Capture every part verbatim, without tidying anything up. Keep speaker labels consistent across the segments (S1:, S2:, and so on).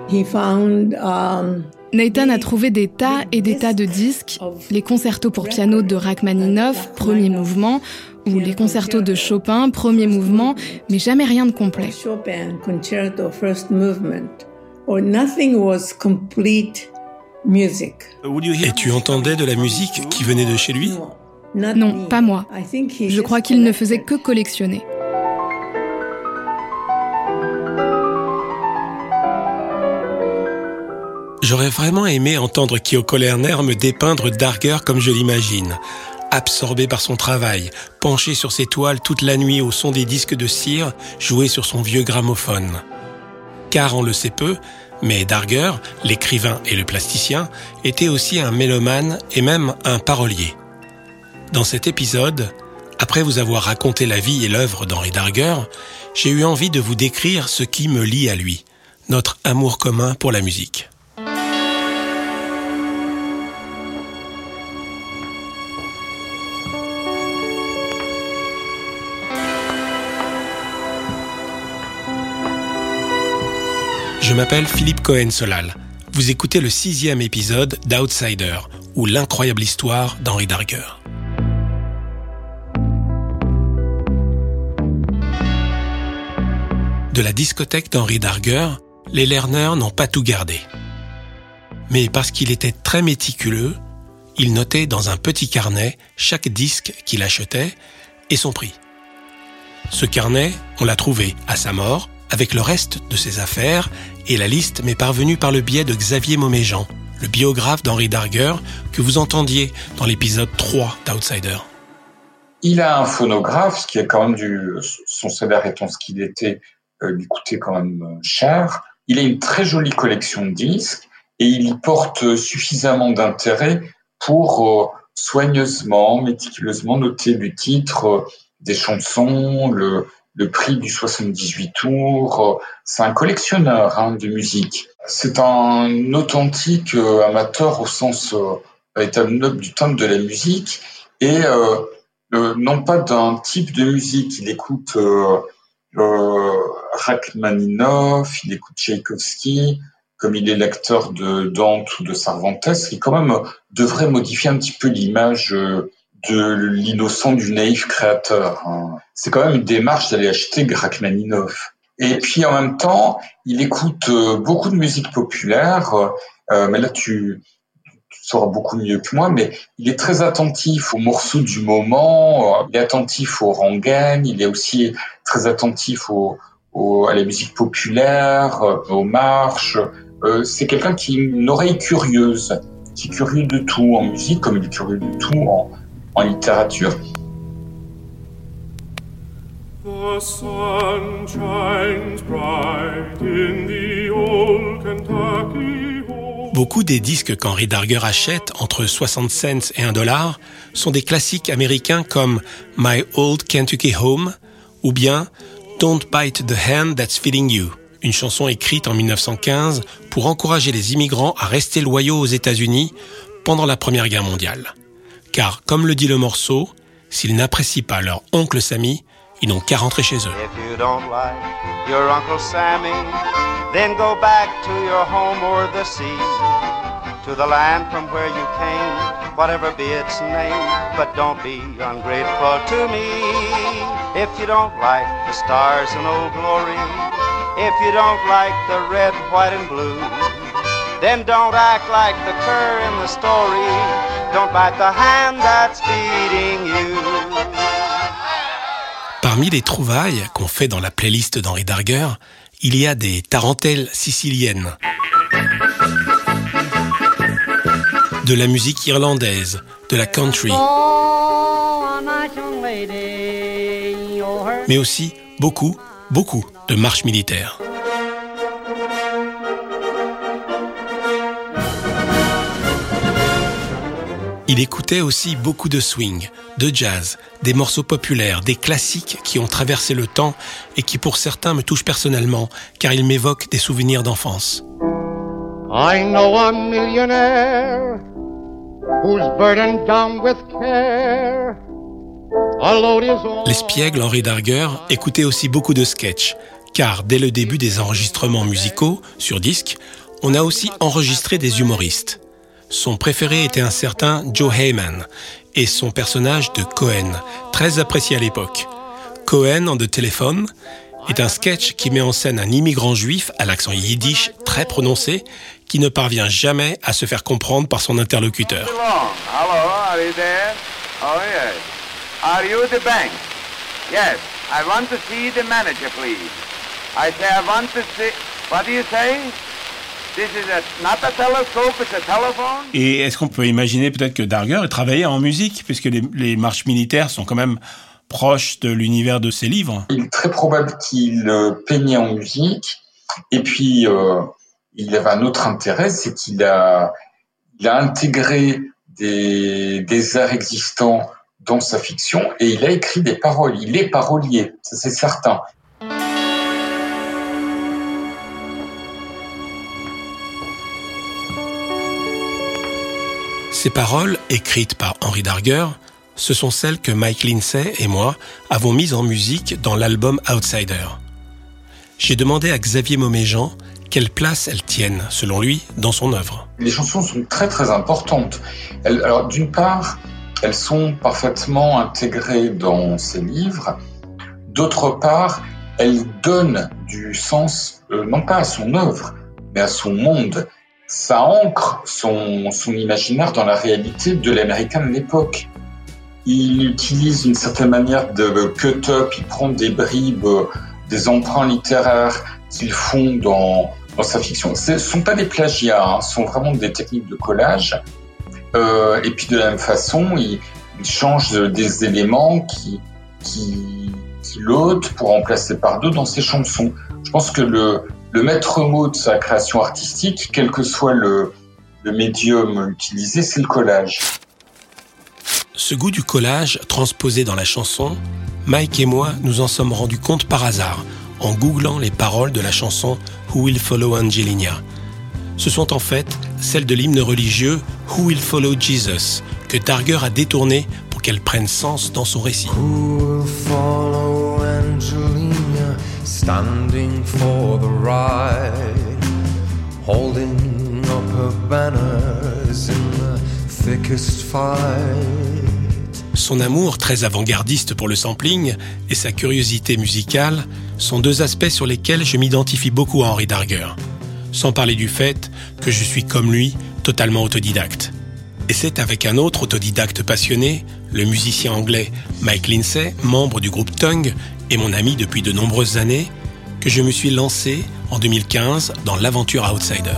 S1: He found, um,
S2: Nathan a trouvé des tas et des tas de disques, les concertos pour piano de Rachmaninov, premier mouvement, ou les concertos de Chopin, premier mouvement, mais jamais rien de complet.
S1: Chopin concerto first movement, or nothing was complete music.
S3: Et tu entendais de la musique qui venait de chez lui ?
S2: Non, pas moi. Je crois qu'il ne faisait que collectionner.
S3: J'aurais vraiment aimé entendre Kyoko Lerner me dépeindre Darger comme je l'imagine. Absorbé par son travail, penché sur ses toiles toute la nuit au son des disques de cire joués sur son vieux gramophone. Car on le sait peu, mais Darger, l'écrivain et le plasticien, était aussi un mélomane et même un parolier. Dans cet épisode, après vous avoir raconté la vie et l'œuvre d'Henri Darger, j'ai eu envie de vous décrire ce qui me lie à lui, notre amour commun pour la musique. Je m'appelle Philippe Cohen-Solal. Vous écoutez le sixième épisode d'Outsider, ou l'incroyable histoire d'Henri Darger. De la discothèque d'Henri Darger, les Lerner n'ont pas tout gardé. Mais parce qu'il était très méticuleux, il notait dans un petit carnet chaque disque qu'il achetait et son prix. Ce carnet, on l'a trouvé à sa mort, avec le reste de ses affaires, et la liste m'est parvenue par le biais de Xavier Mauméjean, le biographe d'Henri Darger, que vous entendiez dans l'épisode trois d'Outsider.
S4: Il a un phonographe, ce qui est quand même du... Son salaire étant ce qu'il était, euh, lui coûtait quand même cher. Il a une très jolie collection de disques, et il y porte suffisamment d'intérêt pour euh, soigneusement, méticuleusement noter le titre euh, des chansons, le... le prix du soixante-dix-huit tours. C'est un collectionneur hein, de musique. C'est un authentique euh, amateur au sens euh, véritable noble du terme de la musique et euh, euh, non pas d'un type de musique. Il écoute euh, euh, Rachmaninov, il écoute Tchaïkovski, comme il est lecteur de Dante ou de Cervantes, qui quand même devrait modifier un petit peu l'image euh, de l'innocent, du naïf créateur. C'est quand même une démarche d'aller acheter Rachmaninov. Et puis en même temps, il écoute beaucoup de musique populaire, euh, mais là tu, tu sauras beaucoup mieux que moi, mais il est très attentif aux morceaux du moment, il est attentif aux rengaines, il est aussi très attentif au, au, à la musique populaire, aux marches. Euh, c'est quelqu'un qui a une oreille curieuse, qui est curieux de tout en musique, comme il est curieux de tout en en littérature.
S5: The sun shines bright in the old Kentucky home.
S3: Beaucoup des disques qu'Henri Darger achète entre soixante cents et un dollar sont des classiques américains comme My Old Kentucky Home ou bien Don't Bite the Hand That's Feeding You, une chanson écrite en dix-neuf cent quinze pour encourager les immigrants à rester loyaux aux États-Unis pendant la Première Guerre mondiale. Car, comme le dit le morceau, s'ils n'apprécient pas leur oncle Sammy, ils n'ont qu'à rentrer chez eux.
S6: If you don't like your Uncle Sammy, then go back to your home or the sea, to the land from where you came, whatever be its name, but don't be ungrateful to me. If you don't like the stars in Old Glory, if you don't like the red, white and blue, then don't act like the cur in the story. Don't bite the hand that's feeding you.
S3: Parmi les trouvailles qu'on fait dans la playlist d'Henri Darger, il y a des tarentelles siciliennes, de la musique irlandaise, de la country, mais aussi beaucoup, beaucoup de marches militaires. Il écoutait aussi beaucoup de swing, de jazz, des morceaux populaires, des classiques qui ont traversé le temps et qui pour certains me touchent personnellement, car ils m'évoquent des souvenirs d'enfance.
S7: I know a millionaire who's burdened down with care. A load is all...
S3: L'espiègle Henri Darger écoutait aussi beaucoup de sketchs, car dès le début des enregistrements musicaux, sur disque, On a aussi enregistré des humoristes. Son préféré était un certain Joe Heyman et son personnage de Cohen, très apprécié à l'époque. Cohen on the Telephone est un sketch qui met en scène un immigrant juif à l'accent yiddish très prononcé qui ne parvient jamais à se faire comprendre par son interlocuteur.
S8: Hello, are you there? Oh yes. Are you the bank? Yes. I want to see the manager, please. I say I want to see. What do you say? This is a, not a telescope, it's a telephone.
S9: Et est-ce qu'on peut imaginer peut-être que Darger ait travaillé en musique, puisque les, les marches militaires sont quand même proches de l'univers de ses livres?
S4: Il est très probable qu'il euh, peignait en musique. Et puis, euh, il avait un autre intérêt, c'est qu'il a, il a intégré des, des airs existants dans sa fiction et il a écrit des paroles. Il est parolier, ça c'est certain.
S3: Ces paroles, écrites par Henry Darger, ce sont celles que Mike Lindsay et moi avons mises en musique dans l'album Outsider. J'ai demandé à Xavier Moméjean quelle place elles tiennent, selon lui, dans son œuvre.
S4: Les chansons sont très très importantes. Elles, alors d'une part, elles sont parfaitement intégrées dans ses livres. D'autre part, elles donnent du sens, euh, non pas à son œuvre, mais à son monde. Ça ancre son, son imaginaire dans la réalité de l'américain de l'époque. Il utilise une certaine manière de cut-up, il prend des bribes, des emprunts littéraires qu'ils font dans, dans sa fiction. Ce ne sont pas des plagiats, hein, ce sont vraiment des techniques de collage. Euh, et puis de la même façon, il, il change des éléments qui, qui, qui l'ôtent pour remplacer par d'autres dans ses chansons. Je pense que le, le maître mot de sa création artistique, quel que soit le, le médium utilisé, c'est le collage.
S3: Ce goût du collage transposé dans la chanson, Mike et moi nous en sommes rendus compte par hasard en googlant les paroles de la chanson Who Will Follow Angelina. Ce sont en fait celles de l'hymne religieux Who Will Follow Jesus que Darger a détourné pour qu'elles prennent sens dans son récit.
S10: Who will follow Angelina, standing for the ride, holding up her banners in the thickest fight.
S3: Son amour très avant-gardiste pour le sampling et sa curiosité musicale sont deux aspects sur lesquels je m'identifie beaucoup à Henry Darger, sans parler du fait que je suis comme lui totalement autodidacte. Et c'est avec un autre autodidacte passionné, le musicien anglais Mike Lindsay, membre du groupe Tongue et mon ami depuis de nombreuses années, que je me suis lancé en deux mille quinze dans l'aventure Outsider.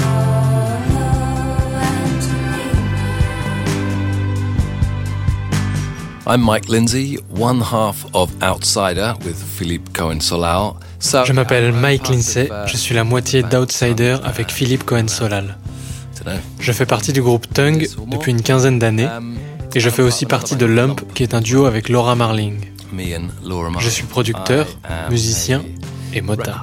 S11: I'm Mike Lindsay, one half of Outsider with Philippe Cohen-Solal. So,
S12: je m'appelle Mike Lindsay, je suis la moitié d'Outsider avec Philippe Cohen-Solal. Je fais partie du groupe Tongue depuis une quinzaine d'années et je fais aussi partie de Lump, qui est un duo avec Laura Marling. Je suis producteur, musicien et motard.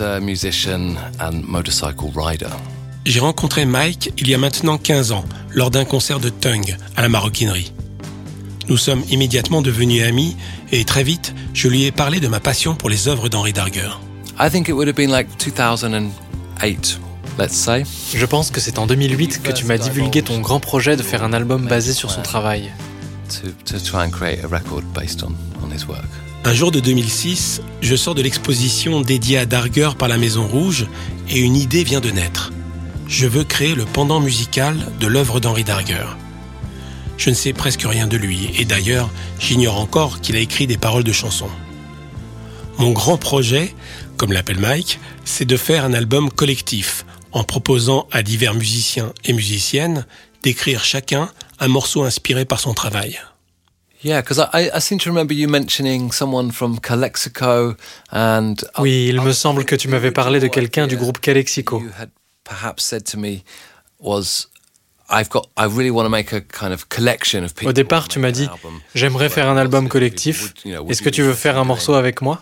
S3: J'ai rencontré Mike il y a maintenant quinze ans, lors d'un concert de Tongue à la Maroquinerie. Nous sommes immédiatement devenus amis et très vite, je lui ai parlé de ma passion pour les œuvres d'Henry Darger.
S11: I think it would have been like two thousand eight, let's say.
S12: Je pense que c'est en deux mille huit que tu m'as divulgué ton grand projet de faire un album basé sur son travail.
S11: To, to try and create a record based on, on his work.
S3: Un jour de deux mille six, je sors de l'exposition dédiée à Darger par la Maison Rouge et une idée vient de naître. Je veux créer le pendant musical de l'œuvre d'Henry Darger. Je ne sais presque rien de lui, et d'ailleurs, j'ignore encore qu'il a écrit des paroles de chansons. Mon grand projet, comme l'appelle Mike, c'est de faire un album collectif, en proposant à divers musiciens et musiciennes d'écrire chacun un morceau inspiré par son travail.
S11: Yeah, because I, I seem to remember you mentioning someone from Calexico and.
S12: Oui, il me semble que tu m'avais parlé de quelqu'un du groupe Calexico.
S11: You had perhaps said to me was. I've got, I really want to make a kind of collection of people.
S12: Au départ, tu m'as dit, j'aimerais faire un album collectif. Est-ce que tu veux faire un morceau avec moi?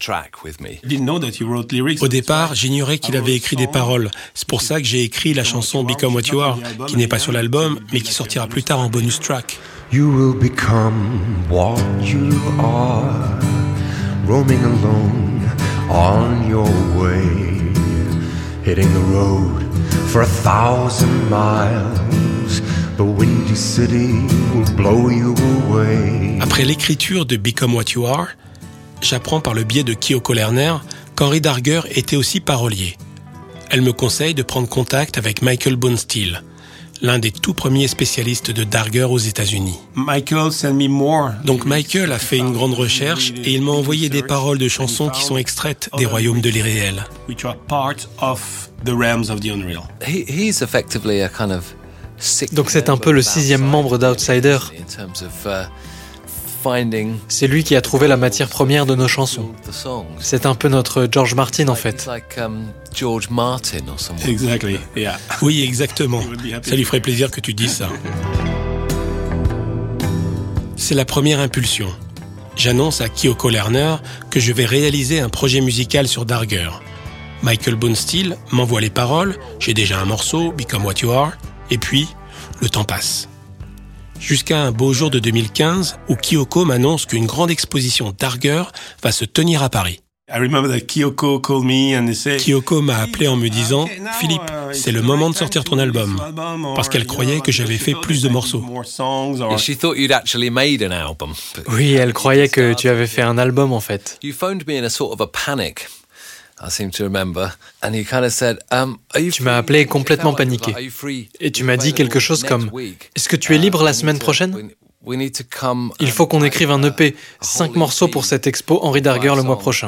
S3: Au départ, j'ignorais qu'il avait écrit des paroles. C'est pour ça que j'ai écrit la chanson Become What You Are, qui n'est pas sur l'album, mais qui sortira plus tard en bonus track.
S10: You will become what you are, roaming alone on your way, hitting the road for a thousand miles. The windy city will blow you away.
S3: Après l'écriture de Become What You Are, j'apprends par le biais de Kyoko Lerner qu'Henry Darger était aussi parolier. Elle me conseille de prendre contact avec Michael Bonesteel, l'un des tout premiers spécialistes de Darger aux États-Unis.
S9: Michael, send me more.
S3: Donc Michael a fait une grande recherche et il m'a envoyé des paroles de chansons qui sont extraites des royaumes de l'irréel.
S9: Which are part of the realms of the unreal.
S11: He, he's effectively a kind of
S12: Donc c'est un peu le sixième membre d'Outsider. C'est lui qui a trouvé la matière première de nos chansons. C'est un peu notre George Martin en fait.
S9: Exactly. Yeah.
S3: Oui, exactement. Ça lui ferait plaisir que tu dises ça. C'est la première impulsion. J'annonce à Kyoko Lerner que je vais réaliser un projet musical sur Darger. Michael Bonesteel m'envoie les paroles, j'ai déjà un morceau, Become What You Are, et puis, le temps passe. Jusqu'à un beau jour de deux mille quinze, où Kyoko m'annonce qu'une grande exposition Darger va se tenir à Paris.
S9: I remember that Kyoko called me and they said,
S3: Kyoko m'a appelé en me disant « Philippe, c'est le moment de sortir ton album », parce qu'elle croyait que j'avais fait plus de morceaux.
S12: Oui, elle croyait que tu avais fait un album en fait. Tu m'as appelé complètement paniqué. Et tu m'as dit quelque chose comme « Est-ce que tu es libre la semaine prochaine ? Il faut qu'on écrive un E P, cinq morceaux pour cette expo Henry Darger le mois prochain. »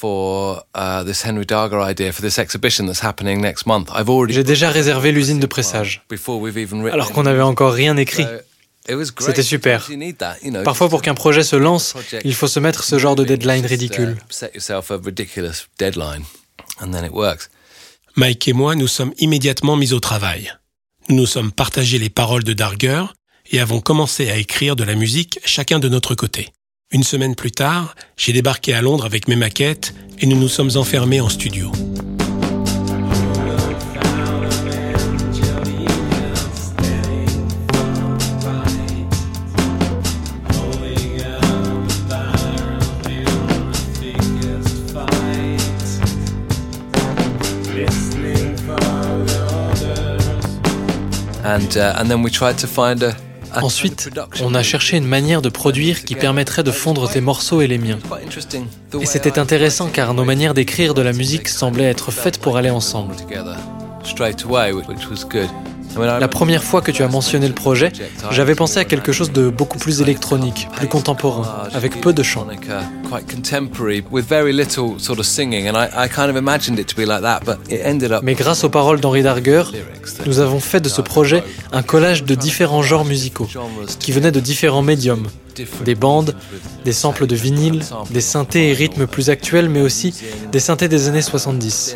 S12: J'ai déjà réservé l'usine de pressage, alors qu'on n'avait encore rien écrit. C'était super. Parfois, pour qu'un projet se lance, il faut se mettre ce genre de deadline ridicule.
S3: Mike et moi nous sommes immédiatement mis au travail. Nous nous sommes partagés les paroles de Darger et avons commencé à écrire de la musique chacun de notre côté. Une semaine plus tard, j'ai débarqué à Londres avec mes maquettes et nous nous sommes enfermés en studio.
S11: And, uh, and then we tried to find a
S12: Ensuite, on a cherché une manière de produire qui permettrait de fondre tes morceaux et les miens. Et c'était intéressant car nos manières d'écrire de la musique semblaient être faites pour aller ensemble. La première fois que tu as mentionné le projet, j'avais pensé à quelque chose de beaucoup plus électronique, plus contemporain, avec peu de chant. Mais grâce aux paroles d'Henry Darger, nous avons fait de ce projet un collage de différents genres musicaux, qui venaient de différents médiums. Des bandes, des samples de vinyle, des synthés et rythmes plus actuels, mais aussi des synthés des années soixante-dix.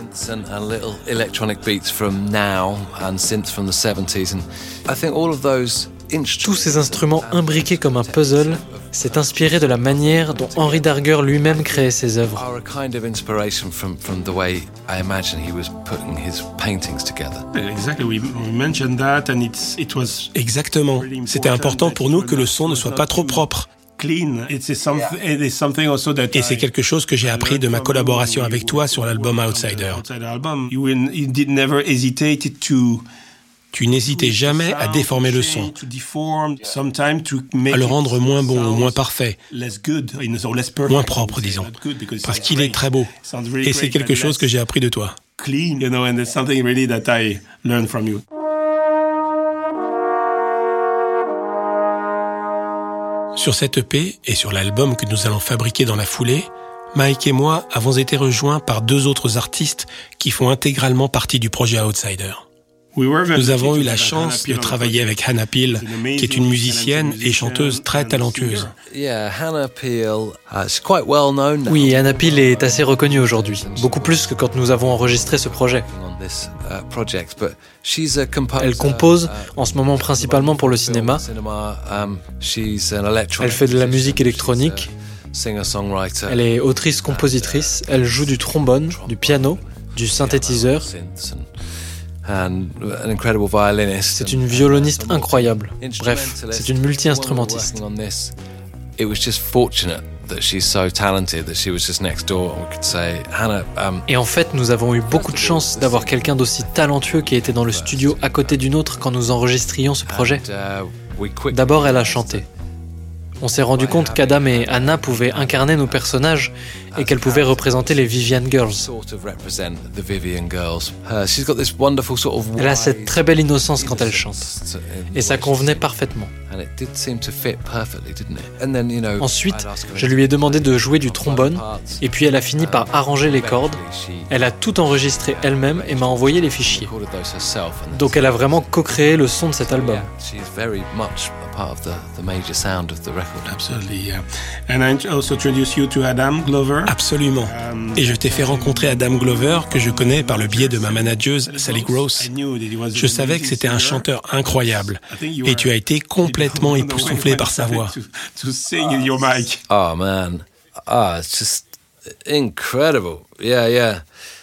S12: Tous ces instruments imbriqués comme un puzzle s'est inspiré de la manière dont Henry Darger lui-même créait ses œuvres.
S3: Exactement. C'était important pour nous que le son ne soit pas trop propre. Et c'est quelque chose que j'ai appris de ma collaboration avec toi sur l'album Outsider. Tu n'hésitais jamais à déformer le son, à le rendre moins bon ou moins parfait, moins propre, disons, parce qu'il est très beau. Et c'est quelque chose que j'ai appris de toi. Sur cette E P et sur l'album que nous allons fabriquer dans la foulée, Mike et moi avons été rejoints par deux autres artistes qui font intégralement partie du projet Outsider. Nous avons eu la chance de travailler avec Hannah Peel, qui est une musicienne et chanteuse très talentueuse.
S12: Oui, Hannah Peel est assez reconnue aujourd'hui, beaucoup plus que quand nous avons enregistré ce projet. Elle compose en ce moment principalement pour le cinéma. Elle fait de la musique électronique. Elle est autrice-compositrice. Elle joue du trombone, du piano, du synthétiseur. C'est une violoniste incroyable. Bref, c'est une multi-instrumentiste. Et en fait, nous avons eu beaucoup de chance d'avoir quelqu'un d'aussi talentueux qui était dans le studio à côté d'une autre quand nous enregistrions ce projet. D'abord, elle a chanté. On s'est rendu compte qu'Adam et Anna pouvaient incarner nos personnages et qu'elles pouvaient représenter les Vivian Girls. Elle a cette très belle innocence quand elle chante. Et ça convenait parfaitement. Ensuite, je lui ai demandé de jouer du trombone et puis elle a fini par arranger les cordes. Elle a tout enregistré elle-même et m'a envoyé les fichiers. Donc elle a vraiment co-créé le son de cet album.
S3: Absolutely, yeah. And I also introduced you to Adam Glover. Absolument. Et je t'ai fait rencontrer Adam Glover, que je connais par le biais de ma manageuse Sally Gross. Je savais que c'était un chanteur incroyable. Et tu as été complètement époustouflé par sa voix.
S11: Oh man, ah, it's just incredible. Yeah, yeah.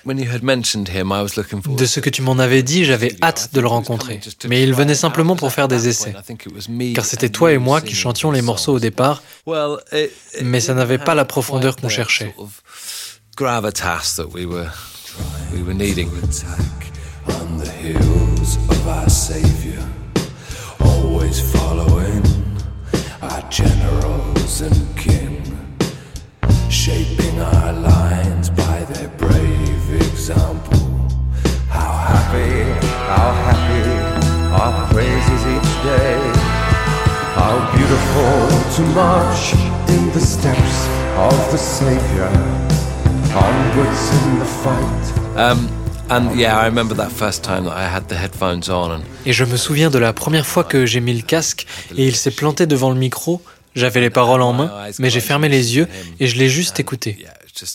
S12: De ce que tu m'en avais dit, j'avais hâte de le rencontrer. Mais il venait simplement pour faire des essais. Car c'était toi et moi qui chantions les morceaux au départ, mais ça n'avait pas la profondeur qu'on cherchait.
S10: Shaping our lines by their brave example. How happy, how happy, our praises each day. How beautiful to march in the steps of the Savior, onwards in the fight.
S11: Um, and yeah, I remember that first time that I had the headphones on. And...
S12: Et je me souviens de la première fois que j'ai mis le casque et il s'est planté devant le micro. J'avais les paroles en main, mais j'ai fermé les yeux et je l'ai juste écouté.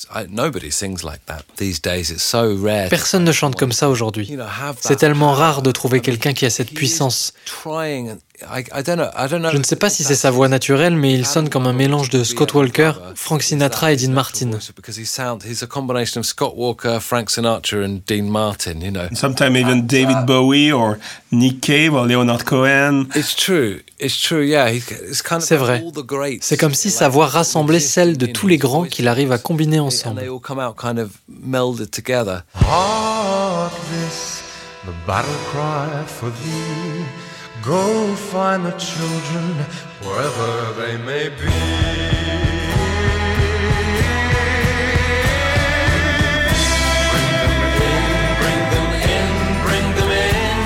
S12: Personne ne chante comme ça aujourd'hui. C'est tellement rare de trouver quelqu'un qui a cette puissance. Je ne sais pas si c'est sa voix naturelle, mais il sonne comme un mélange de Scott Walker, Frank Sinatra et Dean Martin.
S9: Sometimes even David Bowie or Nick Cave or Leonard Cohen.
S12: C'est vrai. C'est comme si sa voix rassemblait celle de tous les grands qu'il arrive à combiner ensemble.
S10: Hark this, the battle cry for thee. Go find the children wherever they may be. Bring them in, bring them in,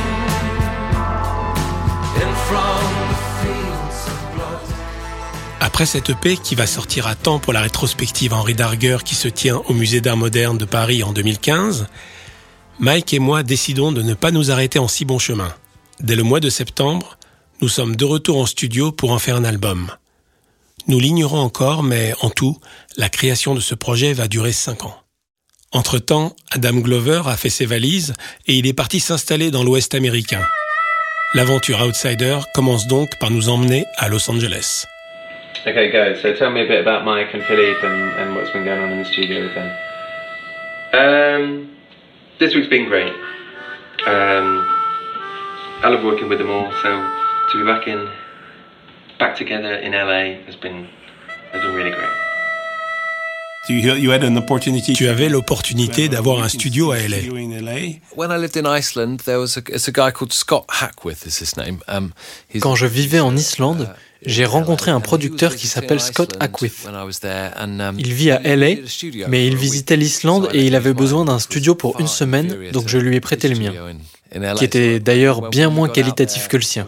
S10: in from the fields of blood.
S3: Après cette E P qui va sortir à temps pour la rétrospective Henri Darger qui se tient au Musée d'Art Moderne de Paris en deux mille quinze, Mike et moi décidons de ne pas nous arrêter en si bon chemin. Dès le mois de septembre, nous sommes de retour en studio pour en faire un album. Nous l'ignorons encore, mais en tout, la création de ce projet va durer cinq ans. Entre-temps, Adam Glover a fait ses valises et il est parti s'installer dans l'Ouest américain. L'aventure Outsider commence donc par nous emmener à Los Angeles.
S13: Okay, go. So tell me a bit about Mike and Philippe and, and what's been going on in the studio with them. Um, this week's been great. Um, I love working with them all, so to be back in, back together in L A has been, has been really great.
S3: You, you had an opportunity. Tu avais l'opportunité d'avoir un studio à L A.
S11: When I lived in Iceland, there was a, it's a guy called Scott Hackworth, is his name. Um,
S12: Quand je vivais en Islande, j'ai rencontré un producteur qui s'appelle Scott Hackworth. Il vit à L A, mais il visitait l'Islande et il avait besoin d'un studio pour une semaine, donc je lui ai prêté le mien, qui était d'ailleurs bien moins qualitatif que le sien.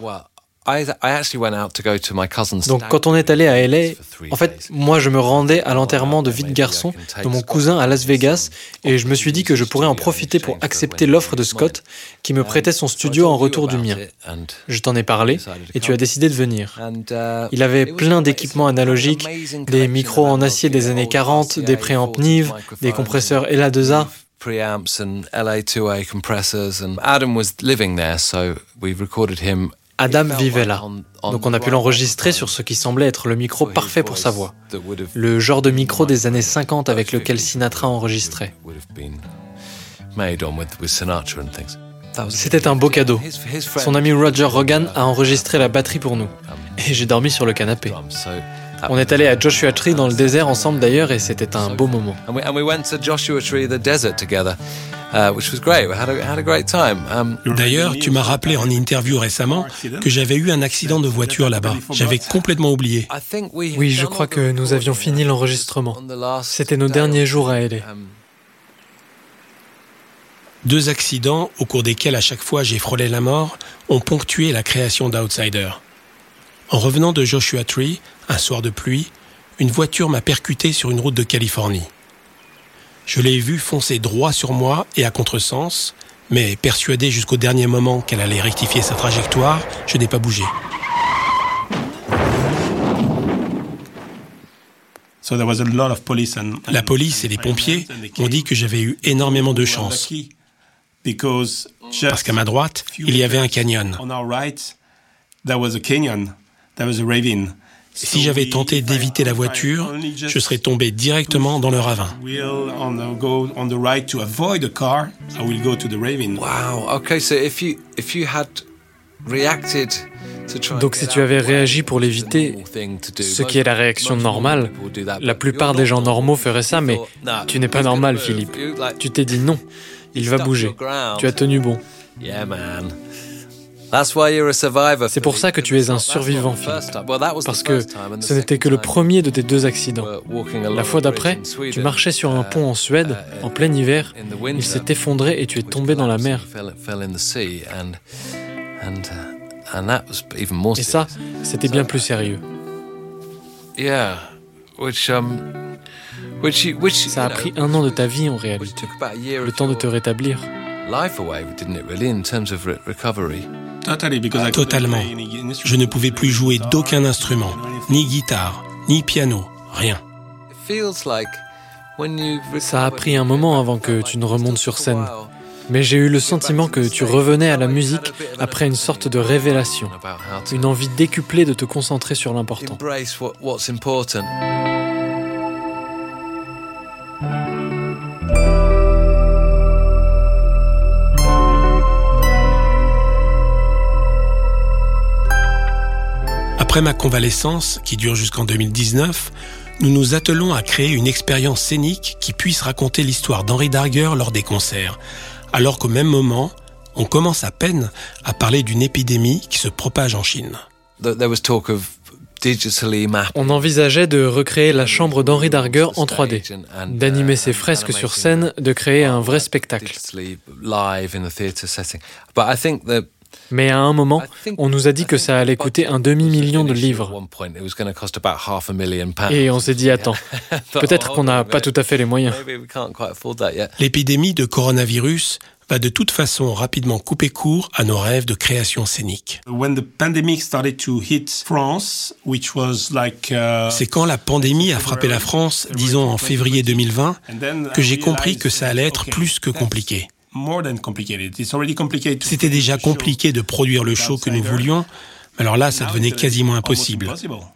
S12: Donc quand on est allé à L A, en fait, moi je me rendais à l'enterrement de vie de garçon de mon cousin à Las Vegas et je me suis dit que je pourrais en profiter pour accepter l'offre de Scott qui me prêtait son studio en retour du mien. Je t'en ai parlé et tu as décidé de venir. Il avait plein d'équipements analogiques, des micros en acier des années quarante, des préamps Neve, des compresseurs L A deux A.
S11: Preamps and L A two A compressors and Adam was living there, so we recorded him.
S12: Adam vivait là, donc on a pu l'enregistrer sur ce qui semblait être le micro parfait pour sa voix. Le genre de micro des années cinquante avec lequel Sinatra enregistrait. C'était un beau cadeau. Son ami Roger Rogan a enregistré la batterie pour nous. Et j'ai dormi sur le canapé. On est allé à Joshua Tree dans le désert ensemble d'ailleurs et c'était un beau moment.
S11: And we, and we went to Joshua Tree, the desert together, uh, which was great. We had a, had a great time. Um,
S3: D'ailleurs, tu m'as rappelé en interview récemment que j'avais eu un accident de voiture là-bas. J'avais complètement oublié.
S12: Oui, je crois que nous avions fini l'enregistrement. C'était nos derniers jours à L A.
S3: Deux accidents, au cours desquels à chaque fois j'ai frôlé la mort, ont ponctué la création d'Outsider. En revenant de Joshua Tree, un soir de pluie, une voiture m'a percuté sur une route de Californie. Je l'ai vue foncer droit sur moi et à contresens, mais persuadé jusqu'au dernier moment qu'elle allait rectifier sa trajectoire, je n'ai pas bougé. La police et les pompiers m'ont dit que j'avais eu énormément de chance. Parce qu'à ma droite, il y avait un canyon. Si j'avais tenté d'éviter la voiture, je serais tombé directement dans le ravin.
S11: Wow, okay, so if you, if you had reacted to try
S12: Donc si tu avais réagi pour l'éviter, ce qui est la réaction normale, la plupart des gens normaux feraient ça, mais tu n'es pas normal, Philippe. Tu t'es dit non, il va bouger. Tu as tenu bon.
S11: Yeah, man. That's why you're a survivor.
S12: C'est pour ça que tu es un survivant, Philippe. Parce que ce n'était que le premier de tes deux accidents. La fois d'après, tu marchais sur un pont en Suède, en plein hiver, il s'est effondré et tu es tombé dans la mer. Et ça, c'était bien plus sérieux. Ça a pris un an de ta vie en réalité, le temps de te rétablir.
S3: Totalement. Je ne pouvais plus jouer d'aucun instrument, ni guitare, ni piano, rien.
S12: Ça a pris un moment avant que tu ne remontes sur scène. Mais j'ai eu le sentiment que tu revenais à la musique après une sorte de révélation, une envie décuplée de te concentrer sur l'important.
S3: Après ma convalescence, qui dure jusqu'en deux mille dix-neuf, nous nous attelons à créer une expérience scénique qui puisse raconter l'histoire d'Henry Darger lors des concerts, alors qu'au même moment, on commence à peine à parler d'une épidémie qui se propage en Chine.
S12: On envisageait de recréer la chambre d'Henry Darger en trois D, d'animer ses fresques sur scène, de créer un vrai spectacle. Mais à un moment, on nous a dit que ça allait coûter un demi-million de livres. Et on s'est dit, attends, peut-être qu'on n'a pas tout à fait les moyens.
S3: L'épidémie de coronavirus va de toute façon rapidement couper court à nos rêves de création scénique. C'est quand la pandémie a frappé la France, disons en février deux mille vingt, que j'ai compris que ça allait être plus que compliqué. C'était déjà compliqué de produire le show que nous voulions, mais alors là, ça devenait quasiment impossible.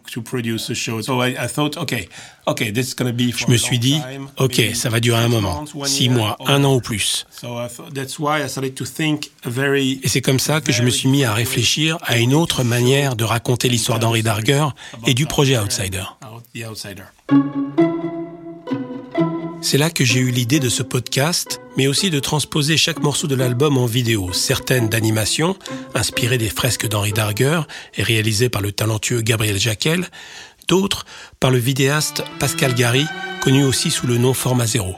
S3: Je me suis dit, ok, ça va durer un moment, six mois, un an ou plus. Et c'est comme ça que je me suis mis à réfléchir à une autre manière de raconter l'histoire d'Henry Darger et du projet Outsider. C'est là que j'ai eu l'idée de ce podcast, mais aussi de transposer chaque morceau de l'album en vidéo, certaines d'animation, inspirées des fresques d'Henry Darger et réalisées par le talentueux Gabriel Jaquel, d'autres par le vidéaste Pascal Gary, connu aussi sous le nom Format Zéro.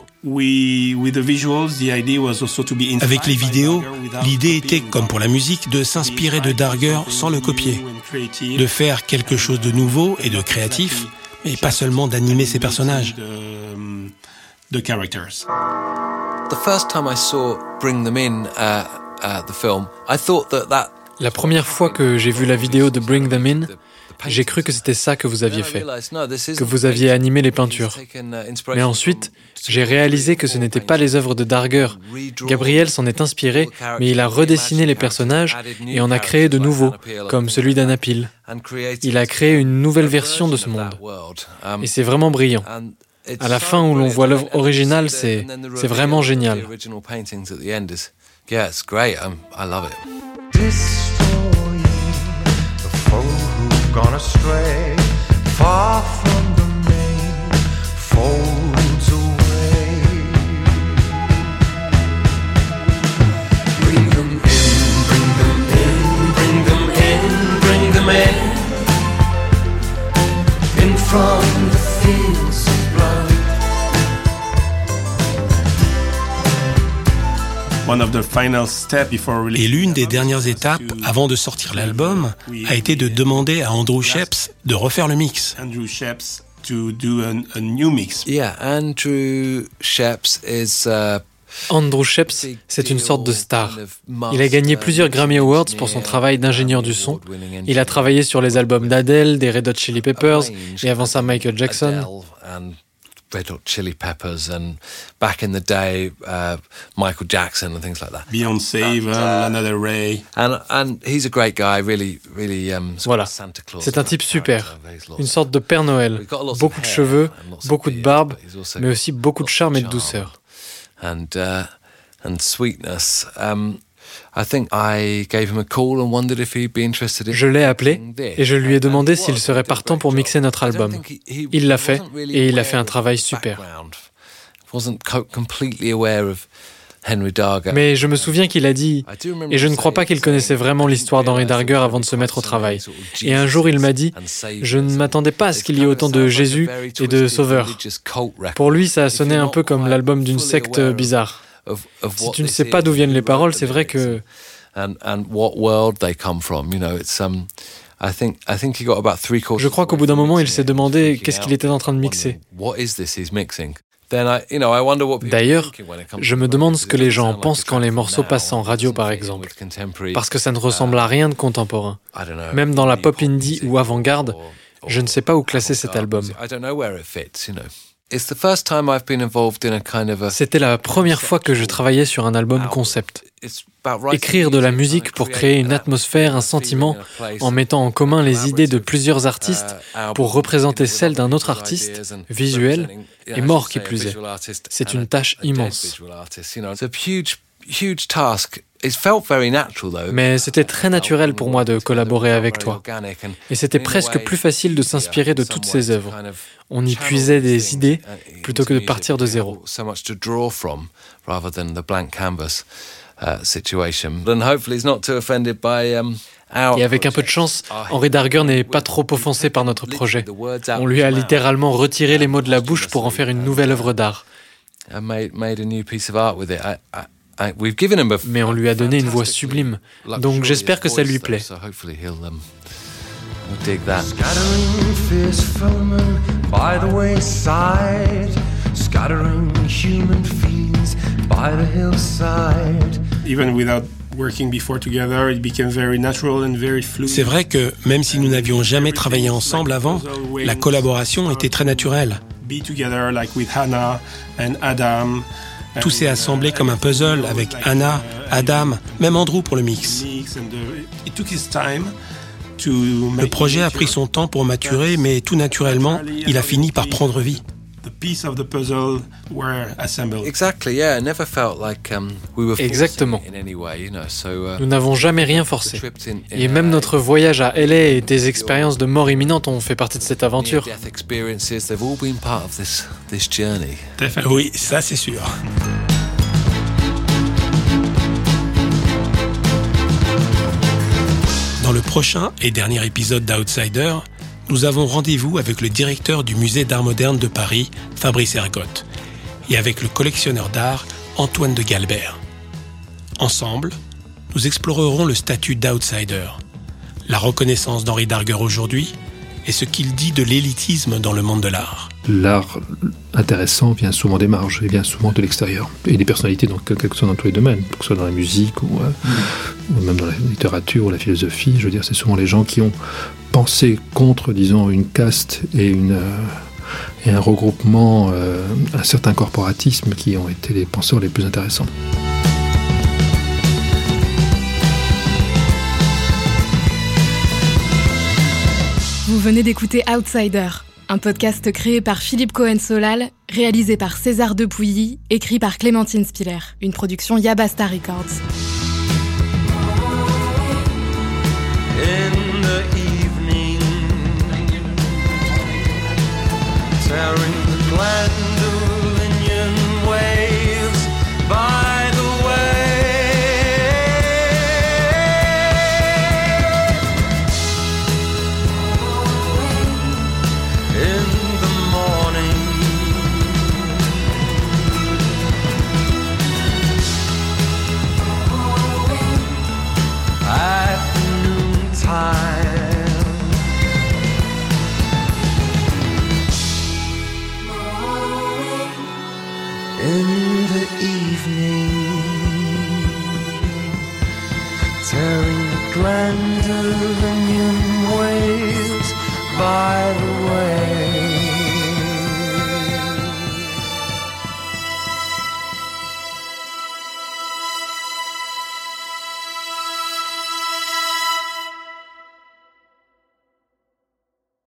S3: Avec les vidéos, l'idée était, comme pour la musique, de s'inspirer de Darger sans le copier, de faire quelque chose de nouveau et de créatif, mais pas seulement d'animer ses personnages. The characters.
S11: The first time I saw Bring Them In, uh, uh, the film, I thought that that.
S12: La première fois que j'ai vu la vidéo de Bring Them In, j'ai cru que c'était ça que vous aviez fait, que vous aviez animé les peintures. Mais ensuite, j'ai réalisé que ce n'étaient pas les œuvres de Darger. Gabriel s'en est inspiré, mais il a redessiné les personnages et en a créé de nouveaux, comme celui d'Anna Peel. Il a créé une nouvelle version de ce monde. Et c'est vraiment brillant. À la fin où l'on voit l'œuvre originale, c'est, c'est vraiment génial.
S10: Destroying the foe who've gone astray, far from
S3: Et l'une des dernières étapes avant de sortir l'album a été de demander à Andrew Sheps de refaire le mix.
S11: Andrew Sheps to do a, a new mix. Yeah, Andrew Sheps is uh...
S12: Andrew Sheps, c'est une sorte de star. Il a gagné plusieurs Grammy Awards pour son travail d'ingénieur du son. Il a travaillé sur les albums d'Adele, des Red Hot Chili Peppers, et avant ça Michael Jackson.
S11: Red Hot Chili Peppers and back in the day, uh, Michael Jackson and things like that.
S9: Beyoncé, and, uh, Lana Del Rey.
S11: And and he's a great guy, really, really. Um,
S12: voilà.
S11: Santa Claus.
S12: C'est un type super, une sorte de Père Noël. Beaucoup de cheveux, beaucoup de barbe, mais aussi beaucoup de charme et de douceur.
S11: And uh, and sweetness. Um, I think I gave him a call and wondered if he'd be interested in.
S12: Je l'ai appelé et je lui ai demandé s'il serait partant pour mixer notre album. Il l'a fait et il a fait un travail super. Mais je me souviens qu'il a dit, et je ne crois pas qu'il connaissait vraiment l'histoire d'Henry Darger avant de se mettre au travail. Et un jour il m'a dit, je ne m'attendais pas à ce qu'il y ait autant de Jésus et de Sauveur. Pour lui ça a sonné un peu comme l'album d'une secte bizarre. Si tu ne sais pas d'où viennent les paroles, c'est vrai que... Je crois qu'au bout d'un moment, il s'est demandé qu'est-ce qu'il était en train de mixer. D'ailleurs, je me demande ce que les gens pensent quand les morceaux passent en radio, par exemple. Parce que ça ne ressemble à rien de contemporain. Même dans la pop indie ou avant-garde, je ne sais pas où classer cet album. C'était la première fois que je travaillais sur un album concept. Écrire de la musique pour créer une atmosphère, un sentiment, en mettant en commun les idées de plusieurs artistes pour représenter celles d'un autre artiste, visuel, et mort qui plus est. C'est une tâche immense. Mais c'était très naturel pour moi de collaborer avec toi. Et c'était presque plus facile de s'inspirer de toutes ces œuvres. On y puisait des idées plutôt que de partir de zéro. Et avec un peu de chance, Henry Darger n'est pas trop offensé par notre projet. On lui a littéralement retiré les mots de la bouche pour en faire une nouvelle œuvre d'art. Mais on lui a donné une voix sublime, donc j'espère que ça lui plaît.
S10: Scattering fierce foemen by the wayside, scattering human fiends by the hillside.
S9: Even without working before together, it became very natural and very fluid.
S3: C'est vrai que même si nous n'avions jamais travaillé ensemble avant, la collaboration était très naturelle.
S9: Be together like with Hannah and Adam.
S3: Tout s'est assemblé comme un puzzle avec Hannah, Adam, même Andrew pour le mix. Le projet a pris son temps pour maturer, mais tout naturellement, il a fini par prendre vie.
S12: Exactement. Nous n'avons jamais rien forcé. Et même notre voyage à L A et des expériences de mort imminente ont fait partie de cette aventure.
S3: Oui, ça c'est sûr. Dans le prochain et dernier épisode d'Outsider, nous avons rendez-vous avec le directeur du musée d'art moderne de Paris, Fabrice Ergotte, et avec le collectionneur d'art, Antoine de Galbert. Ensemble, nous explorerons le statut d'outsider, la reconnaissance d'Henry Darger aujourd'hui et ce qu'il dit de l'élitisme dans le monde de l'art.
S14: L'art intéressant vient souvent des marges et vient souvent de l'extérieur. Et des personnalités, donc, quel que soit dans tous les domaines, que ce soit dans la musique ou, euh, mmh. ou même dans la littérature ou la philosophie, je veux dire, c'est souvent les gens qui ont pensé contre, disons, une caste et, une, euh, et un regroupement, euh, un certain corporatisme qui ont été les penseurs les plus intéressants.
S2: Vous venez d'écouter Outsider, un podcast créé par Philippe Cohen-Solal, réalisé par César Depuilly, écrit par Clémentine Spiller, une production Yabasta Records.
S10: In the evening, tearing the Glandolinian waves by the way. In the morning, the evening, tearing the Glendalough waves by the way.